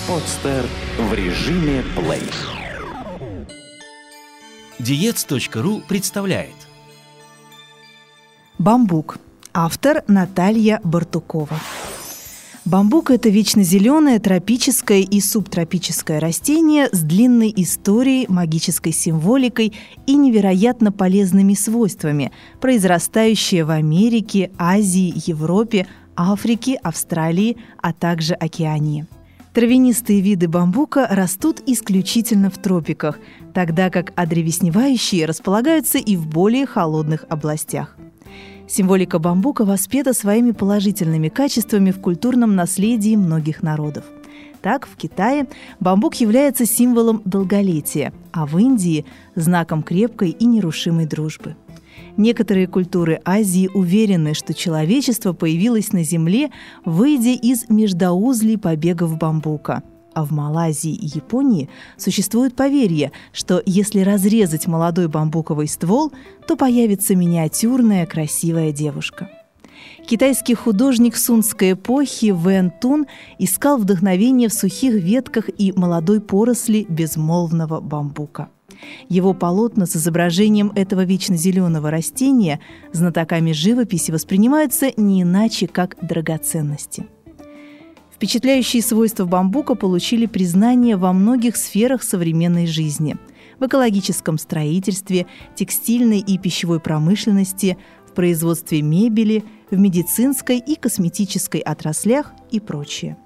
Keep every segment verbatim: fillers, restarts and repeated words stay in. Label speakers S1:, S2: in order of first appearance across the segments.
S1: Подстер в режиме плей.
S2: Диетс точка ру представляет
S3: Бамбук. Автор Наталья Бартукова. Бамбук – это вечно зеленое тропическое и субтропическое растение с длинной историей, магической символикой и невероятно полезными свойствами, произрастающее в Америке, Азии, Европе, Африке, Австралии, а также Океании. Травянистые виды бамбука растут исключительно в тропиках, тогда как одревесневающие располагаются и в более холодных областях. Символика бамбука воспета своими положительными качествами в культурном наследии многих народов. Так, в Китае бамбук является символом долголетия, а в Индии – знаком крепкой и нерушимой дружбы. Некоторые культуры Азии уверены, что человечество появилось на Земле, выйдя из междоузлей побегов бамбука. А в Малайзии и Японии существует поверье, что если разрезать молодой бамбуковый ствол, то появится миниатюрная красивая девушка. Китайский художник сунской эпохи Вэн Тун искал вдохновение в сухих ветках и молодой поросли безмолвного бамбука. Его полотна с изображением этого вечно зеленого растения знатоками живописи воспринимаются не иначе, как драгоценности. Впечатляющие свойства бамбука получили признание во многих сферах современной жизни – в экологическом строительстве, текстильной и пищевой промышленности, в производстве мебели, в медицинской и косметической отраслях и прочее.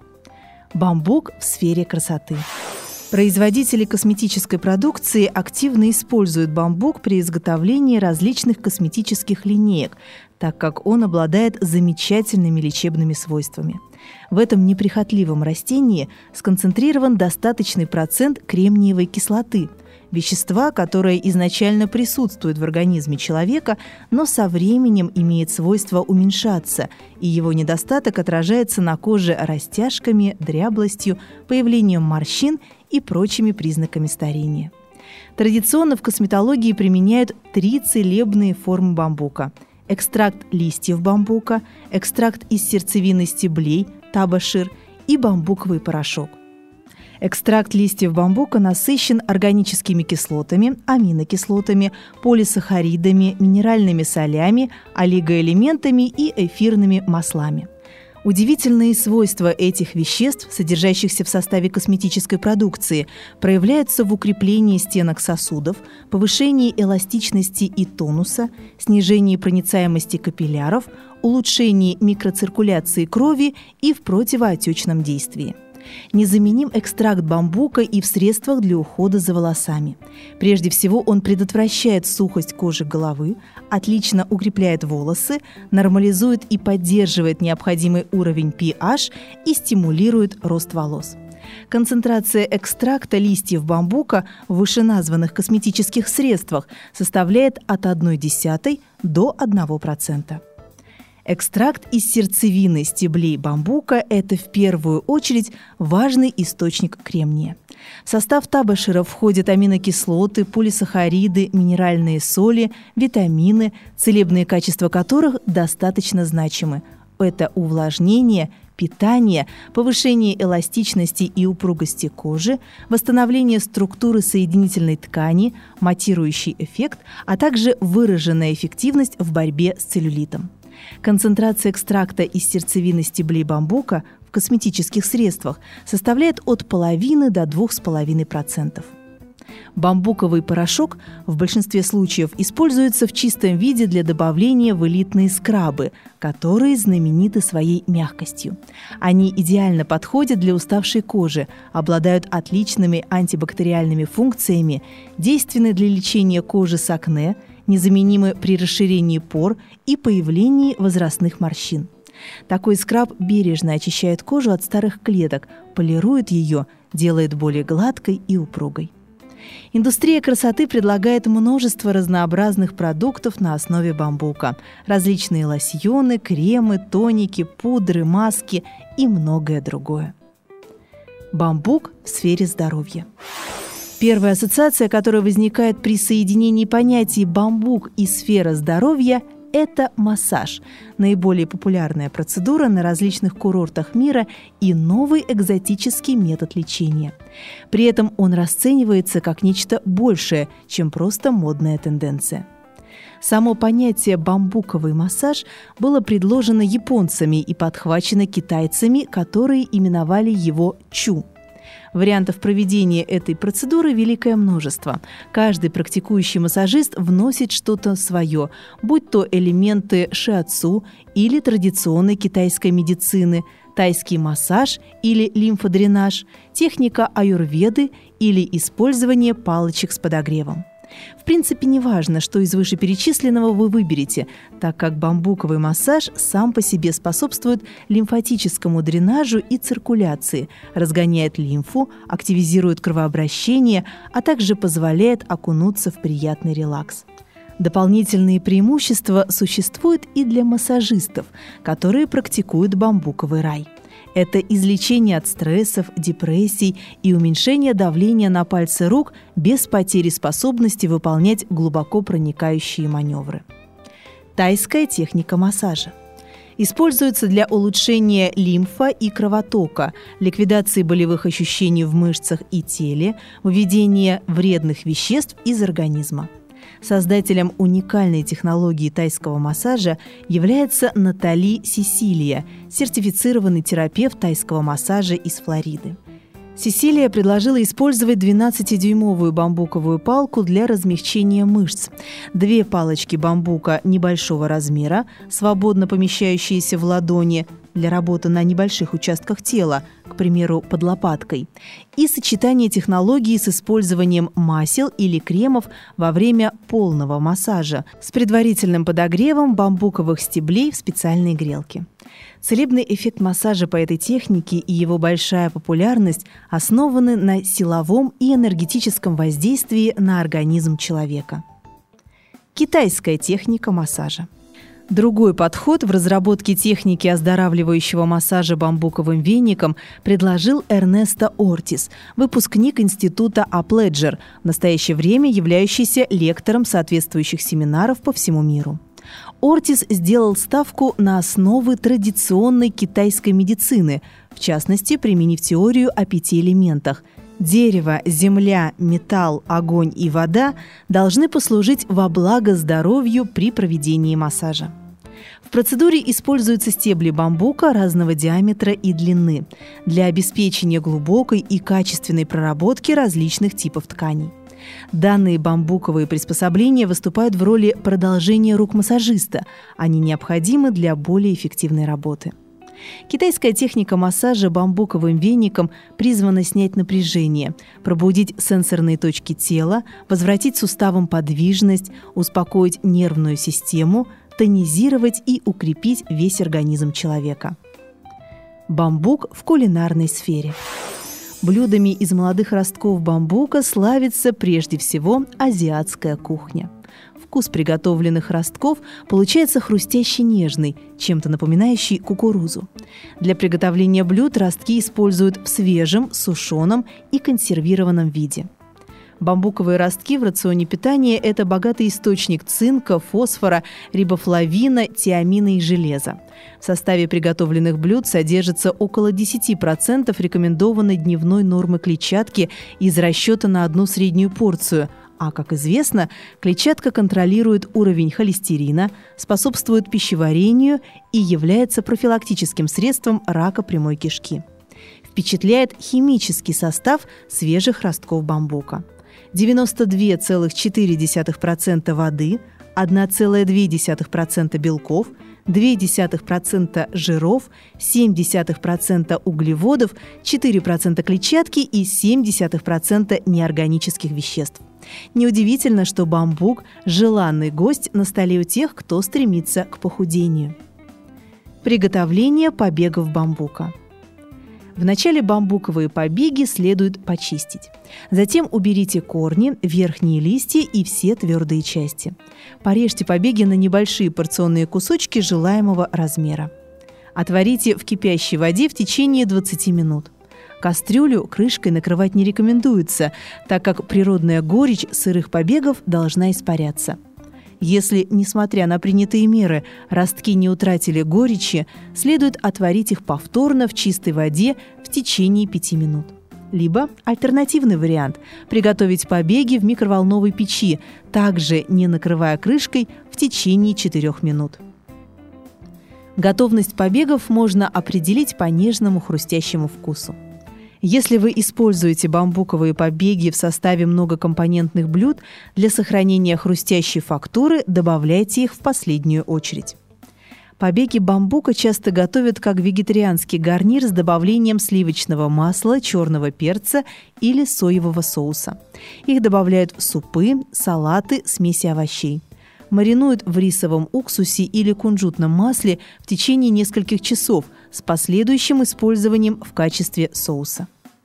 S3: Бамбук в сфере красоты. Производители косметической продукции активно используют бамбук при изготовлении различных косметических линеек, так как он обладает замечательными лечебными свойствами. В этом неприхотливом растении сконцентрирован достаточный процент кремниевой кислоты, вещества, которое изначально присутствует в организме человека, но со временем имеет свойство уменьшаться, и его недостаток отражается на коже растяжками, дряблостью, появлением морщин и прочими признаками старения. Традиционно в косметологии применяют три целебные формы бамбука: экстракт листьев бамбука, экстракт из сердцевины стеблей, табашир и бамбуковый порошок. Экстракт листьев бамбука насыщен органическими кислотами, аминокислотами, полисахаридами, минеральными солями, олигоэлементами и эфирными маслами. Удивительные свойства этих веществ, содержащихся в составе косметической продукции, проявляются в укреплении стенок сосудов, повышении эластичности и тонуса, снижении проницаемости капилляров, улучшении микроциркуляции крови и в противоотечном действии. Незаменим экстракт бамбука и в средствах для ухода за волосами. Прежде всего, он предотвращает сухость кожи головы, отлично укрепляет волосы, нормализует и поддерживает необходимый уровень pH и стимулирует рост волос. Концентрация экстракта листьев бамбука в вышеназванных косметических средствах составляет от ноль целых одна десятая до одного процента. Экстракт из сердцевины стеблей бамбука – это в первую очередь важный источник кремния. В состав табашира входят аминокислоты, полисахариды, минеральные соли, витамины, целебные качества которых достаточно значимы. Это увлажнение, питание, повышение эластичности и упругости кожи, восстановление структуры соединительной ткани, матирующий эффект, а также выраженная эффективность в борьбе с целлюлитом. Концентрация экстракта из сердцевины стеблей бамбука в косметических средствах составляет от половины до двух с половиной процентов. Бамбуковый порошок в большинстве случаев используется в чистом виде для добавления в элитные скрабы, которые знамениты своей мягкостью. Они идеально подходят для уставшей кожи, обладают отличными антибактериальными функциями, действенны для лечения кожи с акне, незаменимы при расширении пор и появлении возрастных морщин. Такой скраб бережно очищает кожу от старых клеток, полирует ее, делает более гладкой и упругой. Индустрия красоты предлагает множество разнообразных продуктов на основе бамбука. Различные лосьоны, кремы, тоники, пудры, маски и многое другое. Бамбук в сфере здоровья. Первая ассоциация, которая возникает при соединении понятий «бамбук» и «сфера здоровья» – – это массаж, наиболее популярная процедура на различных курортах мира и новый экзотический метод лечения. При этом он расценивается как нечто большее, чем просто модная тенденция. Само понятие «бамбуковый массаж» было предложено японцами и подхвачено китайцами, которые именовали его «чу». Вариантов проведения этой процедуры великое множество. Каждый практикующий массажист вносит что-то свое, будь то элементы шиатсу или традиционной китайской медицины, тайский массаж или лимфодренаж, техника аюрведы или использование палочек с подогревом. В принципе, не важно, что из вышеперечисленного вы выберете, так как бамбуковый массаж сам по себе способствует лимфатическому дренажу и циркуляции, разгоняет лимфу, активизирует кровообращение, а также позволяет окунуться в приятный релакс. Дополнительные преимущества существуют и для массажистов, которые практикуют бамбуковый рай. Это излечение от стрессов, депрессий и уменьшение давления на пальцы рук без потери способности выполнять глубоко проникающие маневры. Тайская техника массажа. Используется для улучшения лимфа и кровотока, ликвидации болевых ощущений в мышцах и теле, выведения вредных веществ из организма. Создателем уникальной технологии тайского массажа является Натали Сесилия, сертифицированный терапевт тайского массажа из Флориды. Сесилия предложила использовать двенадцатидюймовую бамбуковую палку для размягчения мышц, две палочки бамбука небольшого размера, свободно помещающиеся в ладони, для работы на небольших участках тела, к примеру, под лопаткой, и сочетание технологии с использованием масел или кремов во время полного массажа с предварительным подогревом бамбуковых стеблей в специальной грелке. Целебный эффект массажа по этой технике и его большая популярность основаны на силовом и энергетическом воздействии на организм человека. Китайская техника массажа. Другой подход в разработке техники оздоравливающего массажа бамбуковым веником предложил Эрнесто Ортис, выпускник института Апледжер, в настоящее время являющийся лектором соответствующих семинаров по всему миру. Ортис сделал ставку на основы традиционной китайской медицины, в частности, применив теорию о пяти элементах. Дерево, земля, металл, огонь и вода должны послужить во благо здоровью при проведении массажа. В процедуре используются стебли бамбука разного диаметра и длины для обеспечения глубокой и качественной проработки различных типов тканей. Данные бамбуковые приспособления выступают в роли продолжения рук массажиста. Они необходимы для более эффективной работы. Китайская техника массажа бамбуковым веником призвана снять напряжение, пробудить сенсорные точки тела, возвратить суставам подвижность, успокоить нервную систему, тонизировать и укрепить весь организм человека. Бамбук в кулинарной сфере. Блюдами из молодых ростков бамбука славится прежде всего азиатская кухня. Вкус приготовленных ростков получается хрустящий нежный, чем-то напоминающий кукурузу. Для приготовления блюд ростки используют в свежем, сушеном и консервированном виде. Бамбуковые ростки в рационе питания – это богатый источник цинка, фосфора, рибофлавина, тиамина и железа. В составе приготовленных блюд содержится около десять процентов рекомендованной дневной нормы клетчатки из расчета на одну среднюю порцию, а, как известно, клетчатка контролирует уровень холестерина, способствует пищеварению и является профилактическим средством рака прямой кишки. Впечатляет химический состав свежих ростков бамбука. девяносто два целых четыре десятых процента воды, одна целая две десятых процента белков, два десятых процента жиров, семь десятых процента углеводов, четыре процента клетчатки и семь десятых процента неорганических веществ. Неудивительно, что бамбук – желанный гость на столе у тех, кто стремится к похудению. Приготовление побегов бамбука. Вначале бамбуковые побеги следует почистить. Затем уберите корни, верхние листья и все твердые части. Порежьте побеги на небольшие порционные кусочки желаемого размера. Отварите в кипящей воде в течение двадцати минут. Кастрюлю крышкой накрывать не рекомендуется, так как природная горечь сырых побегов должна испаряться. Если, несмотря на принятые меры, ростки не утратили горечи, следует отварить их повторно в чистой воде в течение пяти минут. Либо альтернативный вариант – приготовить побеги в микроволновой печи, также не накрывая крышкой, в течение четырёх минут. Готовность побегов можно определить по нежному хрустящему вкусу. Если вы используете бамбуковые побеги в составе многокомпонентных блюд, для сохранения хрустящей фактуры добавляйте их в последнюю очередь. Побеги бамбука часто готовят как вегетарианский гарнир с добавлением сливочного масла, черного перца или соевого соуса. Их добавляют в супы, салаты, смеси овощей. Маринуют в рисовом уксусе или кунжутном масле в течение нескольких часов с последующим использованием в качестве соуса.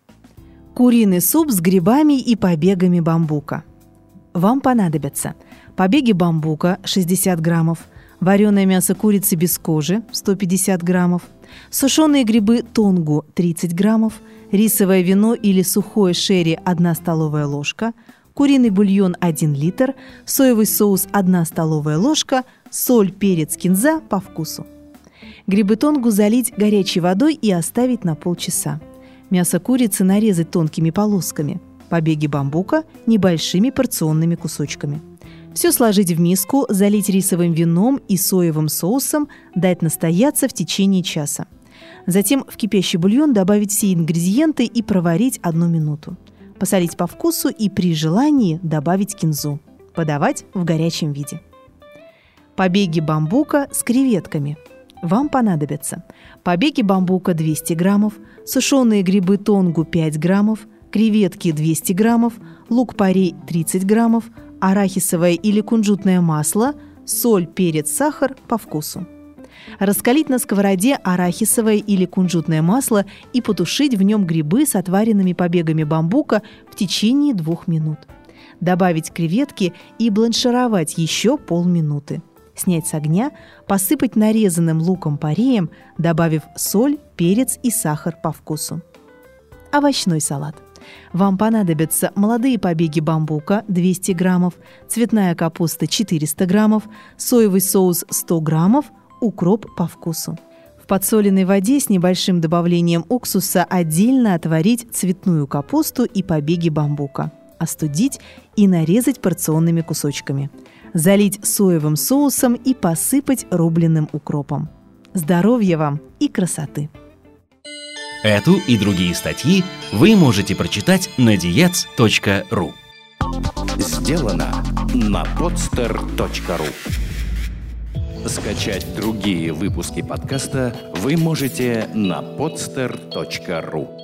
S3: Куриный суп с грибами и побегами бамбука. Вам понадобятся побеги бамбука шестьдесят граммов, вареное мясо курицы без кожи сто пятьдесят граммов, сушеные грибы тонгу тридцать граммов, рисовое вино или сухое шерри одна столовая ложка, куриный бульон один литр, соевый соус одна столовая ложка, соль, перец, кинза по вкусу. Грибы тонгу залить горячей водой и оставить на полчаса. Мясо курицы нарезать тонкими полосками. Побеги бамбука небольшими порционными кусочками. Все сложить в миску, залить рисовым вином и соевым соусом, дать настояться в течение часа. Затем в кипящий бульон добавить все ингредиенты и проварить одну минуту. Посолить по вкусу и при желании добавить кинзу. Подавать в горячем виде. Побеги бамбука с креветками. Вам понадобятся побеги бамбука двести граммов, сушеные грибы тонгу пять граммов, креветки двести граммов, лук-порей тридцать граммов, арахисовое или кунжутное масло, соль, перец, сахар по вкусу. Раскалить на сковороде арахисовое или кунжутное масло и потушить в нем грибы с отваренными побегами бамбука в течение двух минут. Добавить креветки и бланшировать еще полминуты. Снять с огня, посыпать нарезанным луком-пореем, добавив соль, перец и сахар по вкусу. Овощной салат. Вам понадобятся молодые побеги бамбука двести граммов, цветная капуста четыреста граммов, соевый соус сто граммов, укроп по вкусу. В подсоленной воде с небольшим добавлением уксуса отдельно отварить цветную капусту и побеги бамбука, остудить и нарезать порционными кусочками. Залить соевым соусом и посыпать рубленым укропом. Здоровья вам и красоты!
S2: Эту и другие статьи вы можете прочитать на диец точка ру.
S1: Сделано на подстер точка ру. Скачать другие выпуски подкаста вы можете на подстер точка ру.